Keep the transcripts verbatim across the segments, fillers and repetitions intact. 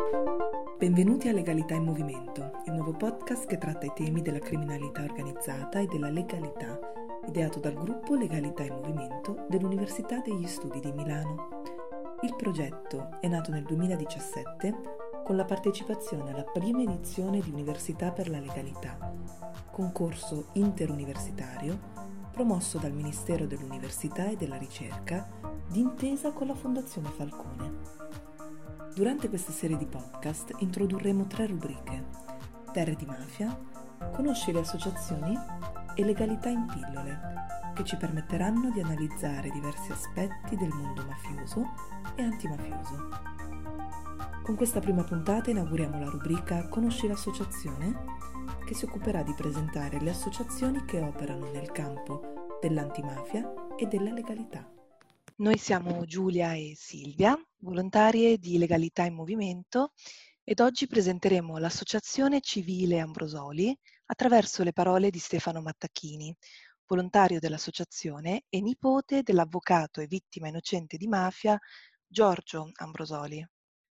Benvenuti a Legalità in Movimento, il nuovo podcast che tratta i temi della criminalità organizzata e della legalità, ideato dal gruppo Legalità in Movimento dell'Università degli Studi di Milano. Il progetto è nato nel duemiladiciassette con la partecipazione alla prima edizione di Università per la Legalità, concorso interuniversitario promosso dal Ministero dell'Università e della Ricerca d'intesa con la Fondazione Falcone. Durante questa serie di podcast introdurremo tre rubriche: Terre di mafia, Conosci le associazioni e Legalità in pillole, che ci permetteranno di analizzare diversi aspetti del mondo mafioso e antimafioso. Con questa prima puntata inauguriamo la rubrica Conosci l'associazione, che si occuperà di presentare le associazioni che operano nel campo dell'antimafia e della legalità. Noi siamo Giulia e Silvia, volontarie di Legalità in Movimento, ed oggi presenteremo l'Associazione Civile Ambrosoli attraverso le parole di Stefano Mattacchini, volontario dell'associazione e nipote dell'avvocato e vittima innocente di mafia Giorgio Ambrosoli.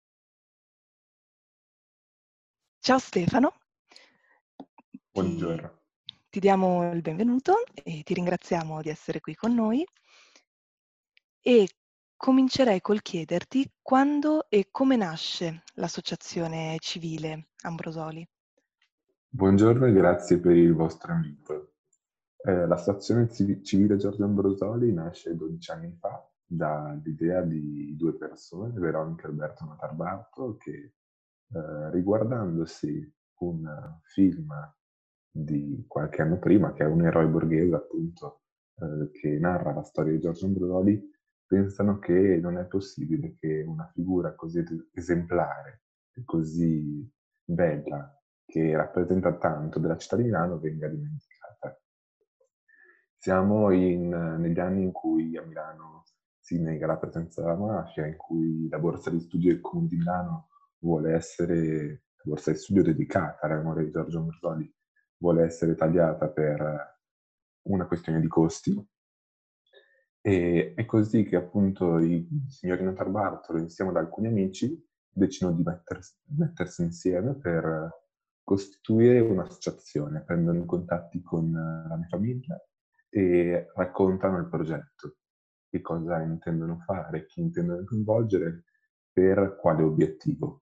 Ciao Stefano. Buongiorno. Ti, ti diamo il benvenuto e ti ringraziamo di essere qui con noi. E comincerei col chiederti quando e come nasce l'Associazione Civile Ambrosoli. Buongiorno e grazie per il vostro invito. Eh, L'Associazione Civile Giorgio Ambrosoli nasce dodici anni fa dall'idea di due persone, Veronica e Alberto Notarbarto, che eh, riguardandosi un film di qualche anno prima, che è Un eroe borghese, appunto, eh, che narra la storia di Giorgio Ambrosoli, pensano che non è possibile che una figura così esemplare e così bella, che rappresenta tanto della città di Milano, venga dimenticata. Siamo in, negli anni in cui a Milano si nega la presenza della mafia, in cui la borsa di studio del Comune di Milano vuole essere, la borsa di studio dedicata alla memoria di Giorgio Ambrosoli, vuole essere tagliata per una questione di costi. E è così che appunto i signori Notarbartolo, insieme ad alcuni amici, decidono di mettersi, mettersi insieme per costituire un'associazione, prendono i contatti con la mia famiglia e raccontano il progetto, che cosa intendono fare, chi intendono coinvolgere, per quale obiettivo.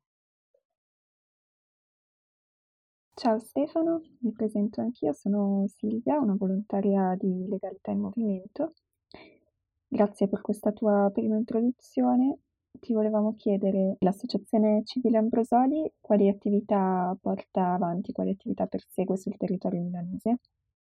Ciao Stefano, mi presento anch'io, sono Silvia, una volontaria di Legalità in Movimento. Grazie per questa tua prima introduzione. Ti volevamo chiedere, l'Associazione Civile Ambrosoli quali attività porta avanti, quali attività persegue sul territorio milanese?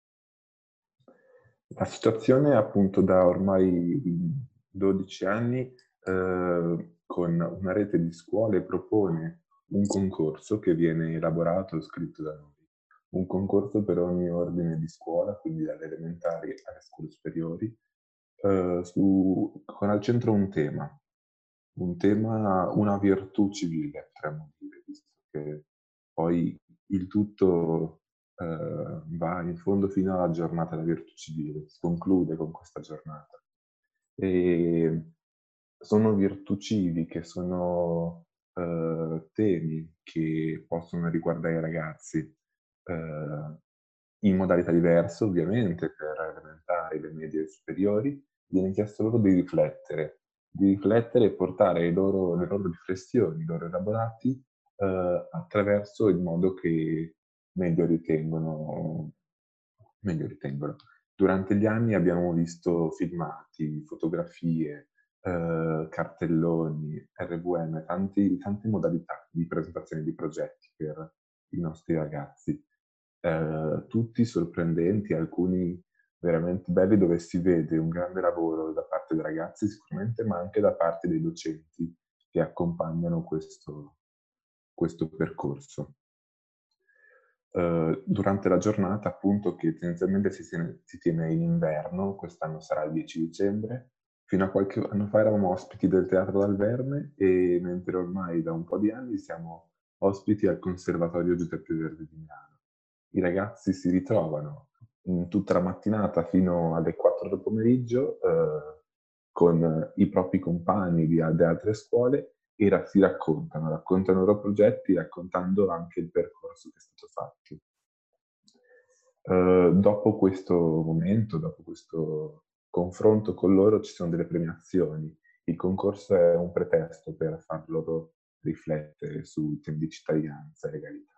L'associazione appunto da ormai dodici anni eh, con una rete di scuole propone un concorso che viene elaborato e scritto da noi. Un concorso per ogni ordine di scuola, quindi dalle elementari alle scuole superiori, eh, su, con al centro un tema, un tema, una virtù civile, potremmo dire, visto che poi il tutto eh, va in fondo fino alla giornata della virtù civile, si conclude con questa giornata. E sono virtù civiche, sono eh, temi che possono riguardare i ragazzi eh, in modalità diverse, ovviamente, per elementari, le medie e le superiori. Viene chiesto loro di riflettere, di riflettere e portare le loro, le loro riflessioni, i loro elaborati eh, attraverso il modo che meglio ritengono, meglio ritengono. Durante gli anni abbiamo visto filmati, fotografie, eh, cartelloni, R V M, tanti, tante modalità di presentazione di progetti per i nostri ragazzi. Eh, tutti sorprendenti, alcuni veramente belli, dove si vede un grande lavoro da parte dei ragazzi sicuramente, ma anche da parte dei docenti che accompagnano questo, questo percorso. Uh, durante la giornata, appunto, che tendenzialmente si tiene, si tiene in inverno, quest'anno sarà il dieci dicembre, fino a qualche anno fa eravamo ospiti del Teatro Dal Verme, e mentre ormai da un po' di anni siamo ospiti al Conservatorio Giuseppe Verdi di Milano. I ragazzi si ritrovano in tutta la mattinata fino alle quattro del pomeriggio uh, con i propri compagni di, di altre scuole, e ra- si raccontano, raccontano i loro progetti, raccontando anche il percorso che è stato fatto. Eh, dopo questo momento, dopo questo confronto con loro, ci sono delle premiazioni. Il concorso è un pretesto per far loro riflettere su temi di cittadinanza e legalità.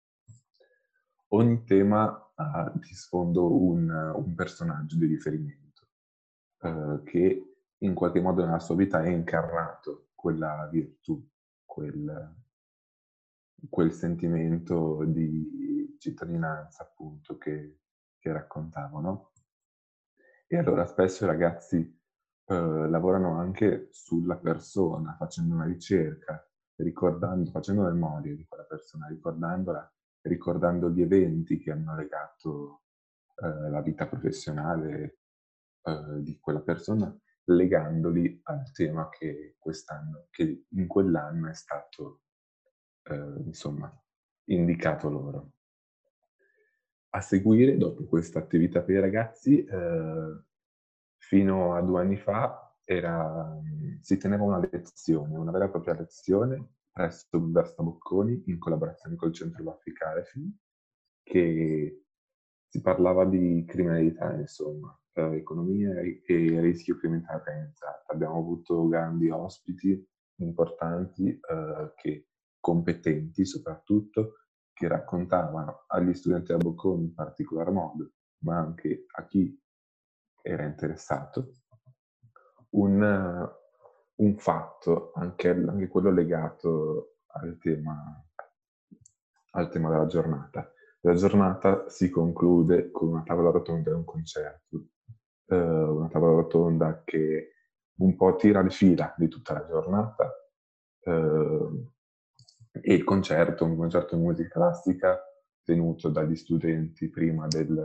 Ogni tema ha di sfondo un, un personaggio di riferimento eh, che in qualche modo nella sua vita è incarnato quella virtù, quel, quel sentimento di cittadinanza appunto che, che raccontavano. E allora spesso i ragazzi eh, lavorano anche sulla persona, facendo una ricerca, ricordando, facendo memoria di quella persona, ricordandola, ricordando gli eventi che hanno legato eh, la vita professionale eh, di quella persona, legandoli al tema che quest'anno, che in quell'anno è stato eh, insomma indicato loro. A seguire, dopo questa attività per i ragazzi, eh, fino a due anni fa era, si teneva una lezione, una vera e propria lezione presso Basta Bocconi in collaborazione col Centro Baffi Carefin, che si parlava di criminalità, insomma, eh, economia e rischio criminalità organizzata. Abbiamo avuto grandi ospiti importanti, eh, che, competenti soprattutto, che raccontavano agli studenti a Bocconi in particolar modo, ma anche a chi era interessato, un, un fatto, anche, anche quello legato al tema, al tema della giornata. La giornata si conclude con una tavola rotonda e un concerto. Eh, una tavola rotonda che un po' tira le fila di tutta la giornata, eh, e il concerto, un concerto di musica classica tenuto dagli studenti prima del,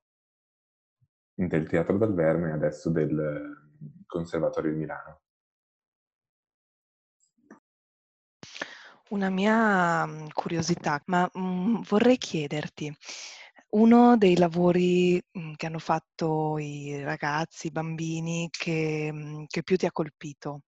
del Teatro del Verme e adesso del Conservatorio di Milano. Una mia mh, curiosità, ma mh, vorrei chiederti, uno dei lavori mh, che hanno fatto i ragazzi, i bambini, che, mh, che più ti ha colpito?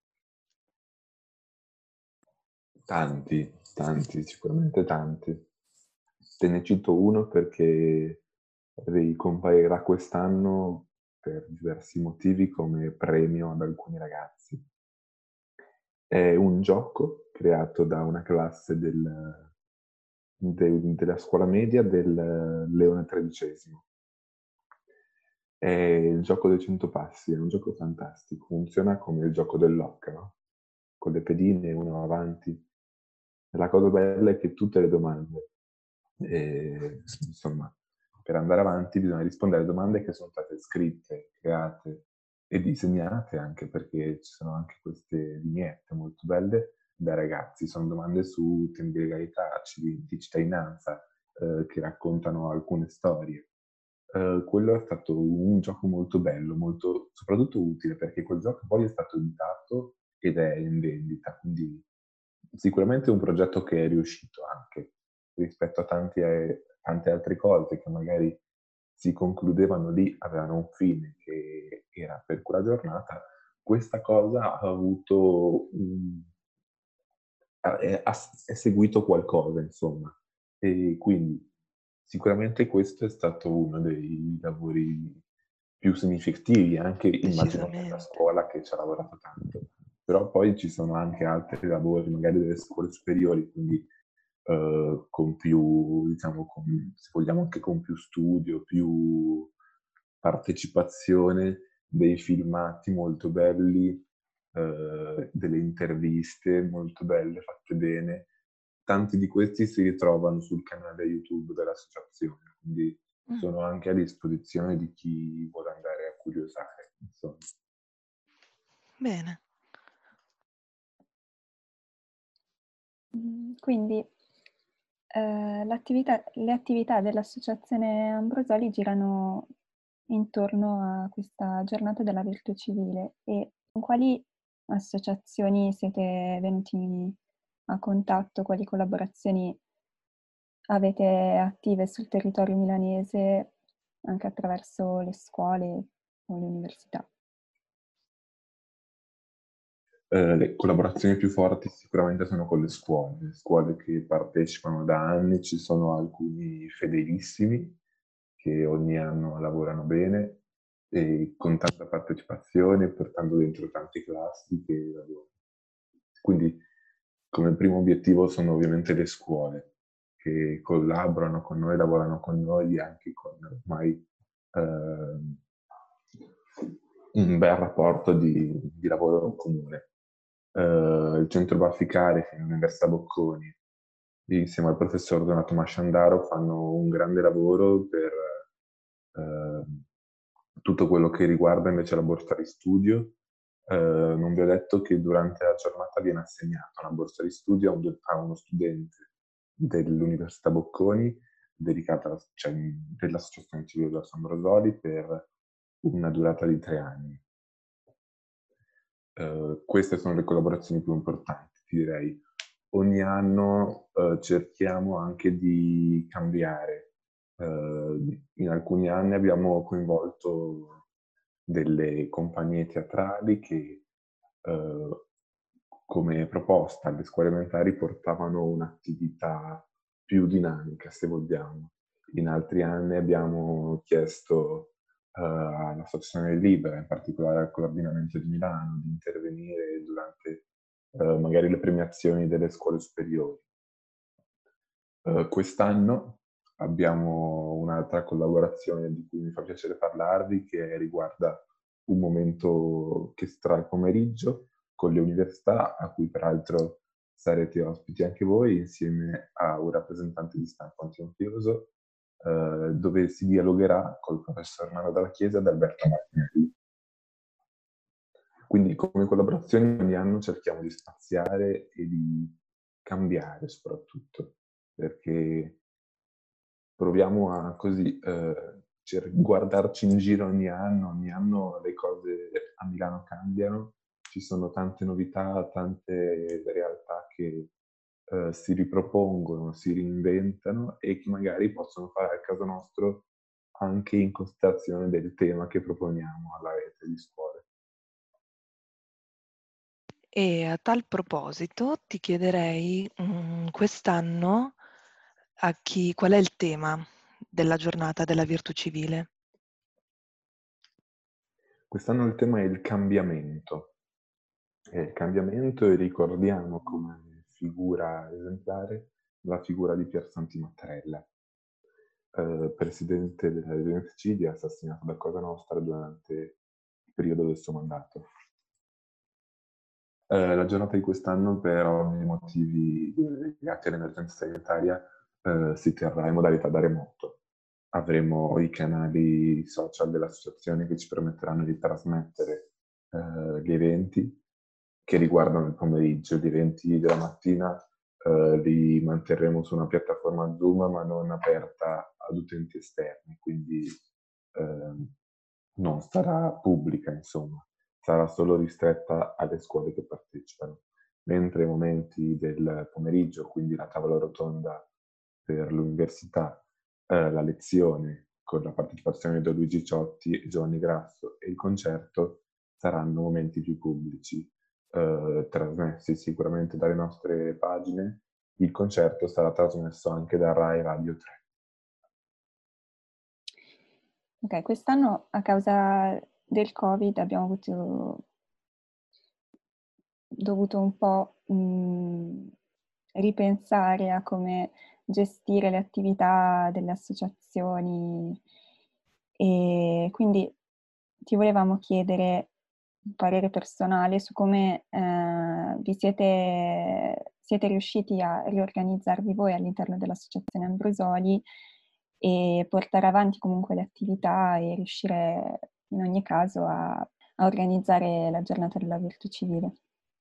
Tanti, tanti, sicuramente tanti. Te ne cito uno perché ricomparirà quest'anno per diversi motivi come premio ad alcuni ragazzi. È un gioco creato da una classe del, del- della scuola media del Leone tredicesimo. È il gioco dei cento passi, è un gioco fantastico, funziona come il gioco dell'occa, no? Con le pedine, uno avanti. E la cosa bella è che tutte le domande, eh, insomma, per andare avanti bisogna rispondere a domande che sono state scritte, create e disegnate anche, perché ci sono anche queste vignette molto belle dai ragazzi. Sono domande su temi di legalità, di cittadinanza, eh, che raccontano alcune storie. Uh, quello è stato un gioco molto bello, molto, soprattutto utile, perché quel gioco poi è stato editato ed è in vendita, quindi sicuramente è un progetto che è riuscito anche rispetto a tanti, eh, tante altre cose che magari si concludevano lì, avevano un fine che era per quella giornata. Questa cosa ha avuto un, è, ha, è seguito qualcosa, insomma, e quindi sicuramente questo è stato uno dei lavori più significativi, anche immagino per la Decisamente. scuola che ci ha lavorato tanto. Però poi ci sono anche altri lavori, magari delle scuole superiori, quindi eh, con più, diciamo, con, se vogliamo anche con più studio, più partecipazione, dei filmati molto belli, eh, delle interviste molto belle, fatte bene. Tanti di questi si ritrovano sul canale YouTube dell'associazione, quindi Mm, sono anche a disposizione di chi vuole andare a curiosare, insomma. bene. Mm, Quindi eh, l'attività- le attività dell'Associazione Ambrosoli girano intorno a questa giornata della virtù civile e con quali associazioni siete venuti a contatto, quali collaborazioni avete attive sul territorio milanese anche attraverso le scuole o le università? Eh, le collaborazioni più forti sicuramente sono con le scuole, scuole che partecipano da anni, ci sono alcuni fedelissimi che ogni anno lavorano bene e con tanta partecipazione, portando dentro tante classi che lavorano. Quindi come primo obiettivo sono ovviamente le scuole che collaborano con noi, lavorano con noi anche con ormai eh, un bel rapporto di, di lavoro comune. Uh, il centro Bafficare, che è l'Università Bocconi, insieme al professor Donato Masciandaro, fanno un grande lavoro per uh, tutto quello che riguarda invece la borsa di studio. Uh, non vi ho detto che durante la giornata viene assegnata una borsa di studio a, un, a uno studente dell'Università Bocconi, dedicata, cioè, dell'Associazione Civile della San Brosoli, per una durata di tre anni. Uh, queste sono le collaborazioni più importanti, ti direi. Ogni anno uh, cerchiamo anche di cambiare. Uh, in alcuni anni abbiamo coinvolto delle compagnie teatrali che uh, come proposta alle scuole elementari portavano un'attività più dinamica, se vogliamo. In altri anni abbiamo chiesto uh, all'Associazione Libera, in particolare al Coordinamento di Milano, di intervenire durante uh, magari le premiazioni delle scuole superiori. Uh, quest'anno abbiamo un'altra collaborazione di cui mi fa piacere parlarvi, che riguarda un momento che sarà il pomeriggio con le università, a cui peraltro sarete ospiti anche voi, insieme a un rappresentante di stampo antionfioso, eh, dove si dialogherà col professor Nano dalla Chiesa ed Alberto Martinelli. Quindi come collaborazione ogni anno cerchiamo di spaziare e di cambiare soprattutto, perché proviamo a così eh, guardarci in giro ogni anno, ogni anno le cose a Milano cambiano, ci sono tante novità, tante realtà che eh, si ripropongono, si reinventano e che magari possono fare al caso nostro anche in considerazione del tema che proponiamo alla rete di scuole. E a tal proposito ti chiederei mh, quest'anno a chi, qual è il tema della giornata della virtù civile? Quest'anno il tema è il cambiamento. È il cambiamento e ricordiamo come figura esemplare la figura di Pier Santi Mattarella, eh, presidente della Regione Sicilia, assassinato da Cosa Nostra durante il periodo del suo mandato. Eh, la giornata di quest'anno, per ovvi motivi legati all'emergenza sanitaria, eh, si terrà in modalità da remoto. Avremo i canali social dell'associazione che ci permetteranno di trasmettere eh, gli eventi che riguardano il pomeriggio. Gli eventi della mattina eh, li manterremo su una piattaforma Zoom, ma non aperta ad utenti esterni, quindi eh, non sarà pubblica, insomma, sarà solo ristretta alle scuole che partecipano. Mentre i momenti del pomeriggio, quindi la tavola rotonda per l'università, eh, la lezione con la partecipazione di Don Luigi Ciotti e Giovanni Grasso e il concerto saranno momenti più pubblici, eh, trasmessi sicuramente dalle nostre pagine. Il concerto sarà trasmesso anche da Rai Radio tre. Ok, quest'anno a causa del Covid abbiamo avuto, dovuto un po' mh, ripensare a come gestire le attività delle associazioni e quindi ti volevamo chiedere un parere personale su come eh, vi siete, siete riusciti a riorganizzarvi voi all'interno dell'Associazione Ambrosoli e portare avanti comunque le attività e riuscire in ogni caso a, a organizzare la giornata della virtù civile.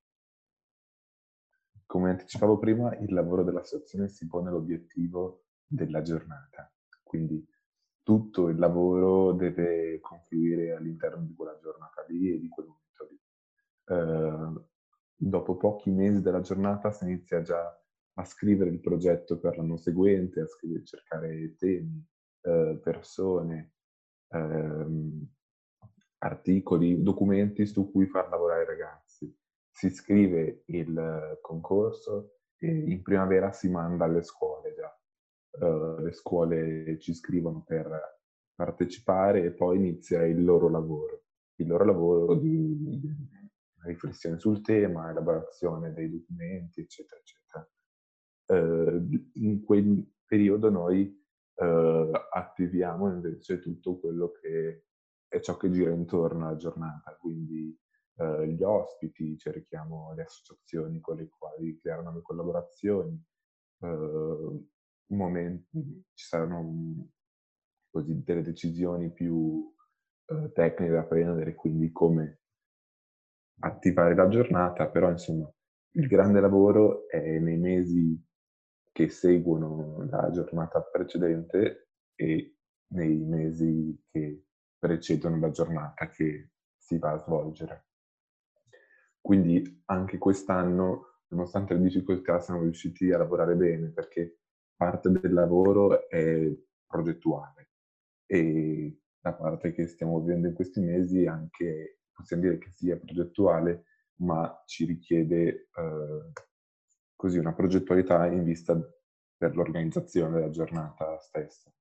Come anticipavo prima, il lavoro dell'associazione si pone l'obiettivo della giornata, quindi tutto il lavoro deve confluire all'interno di quella giornata lì e di quel momento lì. Eh, dopo pochi mesi della giornata si inizia già a scrivere il progetto per l'anno seguente, a scrivere, cercare temi, eh, persone, ehm, articoli, documenti su cui far lavorare i ragazzi. si scrive il concorso e in primavera si manda alle scuole già. Uh, le scuole ci scrivono per partecipare e poi inizia il loro lavoro. Il loro lavoro di, di riflessione sul tema, elaborazione dei documenti, eccetera, eccetera. Uh, in quel periodo noi uh, attiviamo invece tutto quello che è ciò che gira intorno alla giornata, quindi uh, gli ospiti, cerchiamo le associazioni con le quali creare nuove collaborazioni, uh, momenti, ci saranno così delle decisioni più uh, tecniche da prendere, quindi come attivare la giornata, però insomma il grande lavoro è nei mesi che seguono la giornata precedente e nei mesi che precedono la giornata che si va a svolgere. Quindi anche quest'anno, nonostante le difficoltà, siamo riusciti a lavorare bene perché parte del lavoro è progettuale e la parte che stiamo vivendo in questi mesi anche, possiamo dire che sia progettuale, ma ci richiede eh, così una progettualità in vista per l'organizzazione della giornata stessa.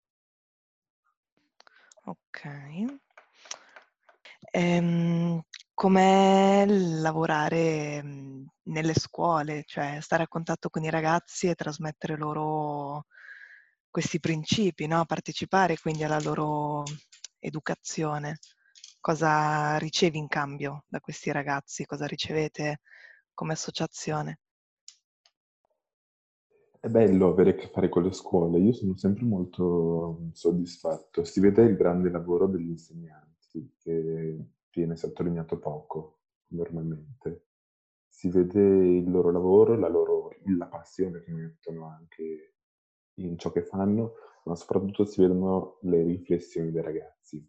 Ok. Ehm, com'è lavorare mh, nelle scuole, cioè stare a contatto con i ragazzi e trasmettere loro questi principi, no? Partecipare quindi alla loro educazione. Cosa ricevi in cambio da questi ragazzi? Cosa ricevete come associazione? È bello avere a che fare con le scuole, io sono sempre molto soddisfatto. Si vede il grande lavoro degli insegnanti, che viene sottolineato poco normalmente. Si vede il loro lavoro, la loro la passione che mettono anche in ciò che fanno, ma soprattutto si vedono le riflessioni dei ragazzi.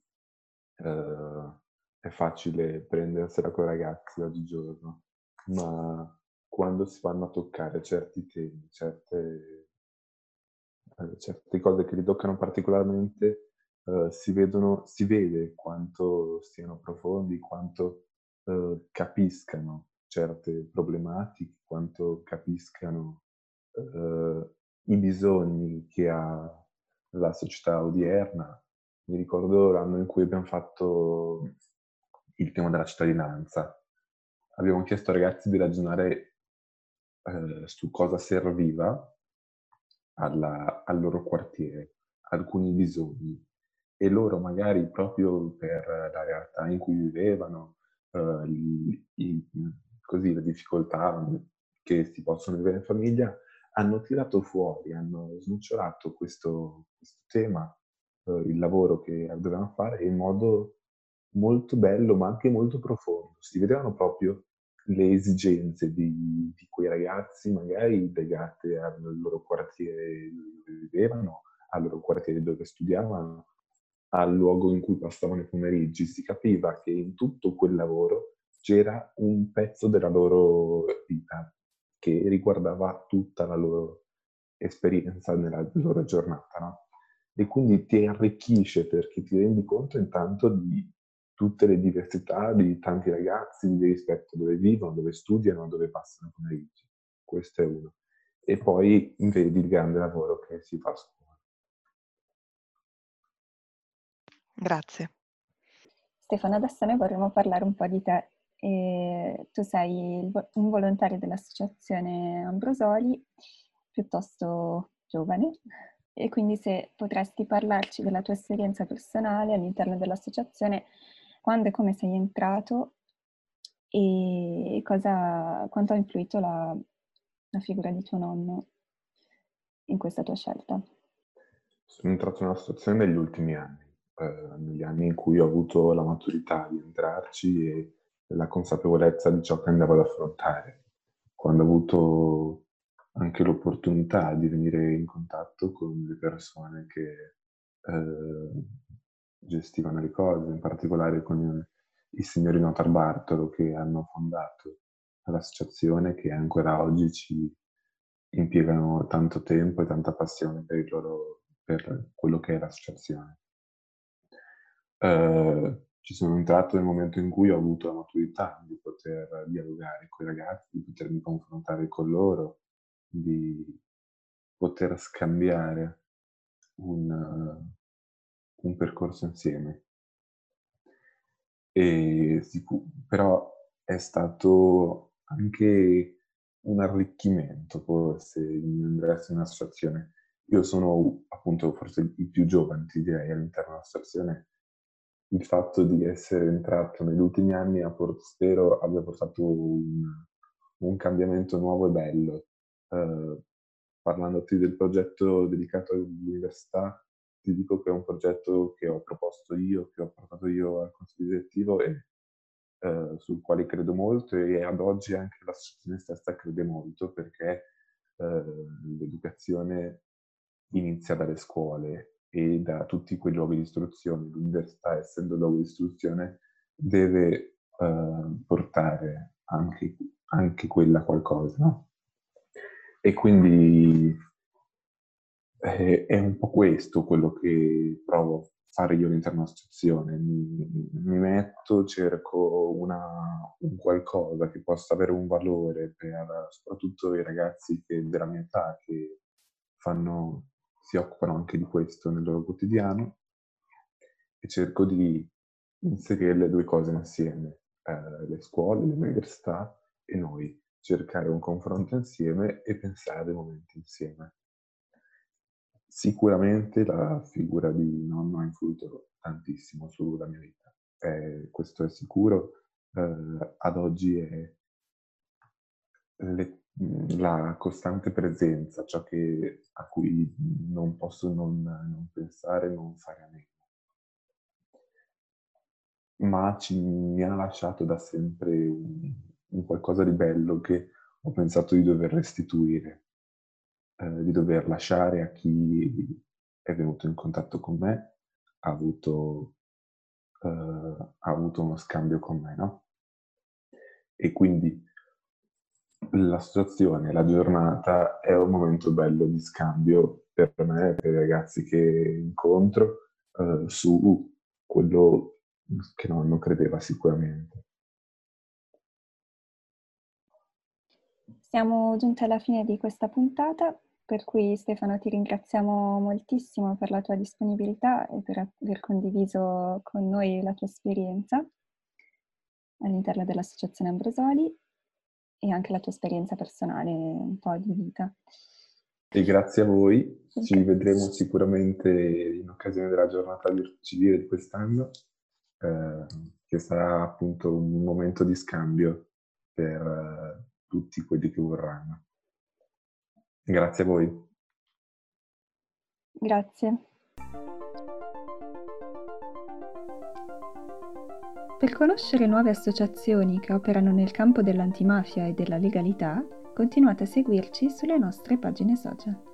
Uh, è facile prendersela con i ragazzi oggigiorno, ma quando si vanno a toccare certi temi, certe, eh, certe cose che li toccano particolarmente, uh, si vedono, si vede quanto siano profondi, quanto uh, capiscano certe problematiche, quanto capiscano uh, i bisogni che ha la società odierna. Mi ricordo l'anno in cui abbiamo fatto il tema della cittadinanza. Abbiamo chiesto ai ragazzi di ragionare eh, su cosa serviva alla, al loro quartiere, alcuni bisogni. E loro magari proprio per la realtà in cui vivevano, eh, i, i, così, le difficoltà che si possono vivere in famiglia, hanno tirato fuori, hanno snocciolato questo, questo tema, eh, il lavoro che dovevano fare in modo molto bello, ma anche molto profondo. Si vedevano proprio le esigenze di, di quei ragazzi, magari legate al loro quartiere dove vivevano, al loro quartiere dove studiavano, al luogo in cui passavano i pomeriggi. Si capiva che in tutto quel lavoro c'era un pezzo della loro vita che riguardava tutta la loro esperienza nella loro giornata, no? E quindi ti arricchisce perché ti rendi conto intanto di tutte le diversità di tanti ragazzi rispetto a dove vivono, dove studiano, dove passano i pomeriggi. Questo è uno. E poi vedi il grande lavoro che si fa a scuola. Grazie. Stefano, adesso noi vorremmo parlare un po' di te. E tu sei il vo- un volontario dell'Associazione Ambrosoli, piuttosto giovane, e quindi se potresti parlarci della tua esperienza personale all'interno dell'associazione, quando e come sei entrato e cosa, quanto ha influito la, la figura di tuo nonno in questa tua scelta. Sono entrato nella situazione negli ultimi anni, eh, negli anni in cui ho avuto la maturità di entrarci e la consapevolezza di ciò che andavo ad affrontare. Quando ho avuto anche l'opportunità di venire in contatto con le persone che eh, gestivano le cose, in particolare con i signori Notar Bartolo che hanno fondato l'associazione che ancora oggi ci impiegano tanto tempo e tanta passione per, il loro, per quello che è l'associazione. Uh, ci sono entrato nel momento in cui ho avuto la maturità di poter dialogare con i ragazzi, di potermi confrontare con loro, di poter scambiare un, un percorso insieme. E sicu- però è stato anche un arricchimento, forse, in essere un'associazione. Io sono appunto forse il più giovane, ti direi, all'interno dell'associazione. Il fatto di essere entrato negli ultimi anni a Porto spero abbia portato un, un cambiamento nuovo e bello. Uh, parlandoti del progetto dedicato all'università, ti dico che è un progetto che ho proposto io, che ho portato io al consiglio direttivo e uh, sul quale credo molto, e ad oggi anche l'associazione stessa crede molto, perché uh, l'educazione inizia dalle scuole e da tutti quei luoghi di istruzione. L'università, essendo luogo di istruzione, deve uh, portare anche, anche quella qualcosa, no? E quindi eh, è un po' questo quello che provo a fare io all'interno dell'associazione. Mi, mi metto, cerco una, un qualcosa che possa avere un valore per soprattutto i ragazzi che, della mia età, che fanno, si occupano anche di questo nel loro quotidiano, e cerco di inserire le due cose insieme, eh, le scuole, l'università e noi, cercare un confronto insieme e pensare a dei momenti insieme. Sicuramente la figura di nonno ha influito tantissimo sulla mia vita, eh, questo è sicuro. Eh, ad oggi è le, la costante presenza, ciò che, a cui non posso non, non pensare, non fare a meno. Ma ci, mi ha lasciato da sempre un, un qualcosa di bello che ho pensato di dover restituire, eh, di dover lasciare a chi è venuto in contatto con me, ha avuto, eh, ha avuto uno scambio con me, no? E quindi la situazione, la giornata è un momento bello di scambio per me, per i ragazzi che incontro, eh, su quello che nonno credeva sicuramente. Siamo giunti alla fine di questa puntata, per cui Stefano ti ringraziamo moltissimo per la tua disponibilità e per aver condiviso con noi la tua esperienza all'interno dell'Associazione Ambrosoli e anche la tua esperienza personale, un po' di vita. E grazie a voi, Okay. Ci vedremo sicuramente in occasione della giornata civile di quest'anno, eh, che sarà appunto un momento di scambio per eh, tutti quelli che vorranno. Grazie a voi. Grazie. Per conoscere nuove associazioni che operano nel campo dell'antimafia e della legalità, continuate a seguirci sulle nostre pagine social.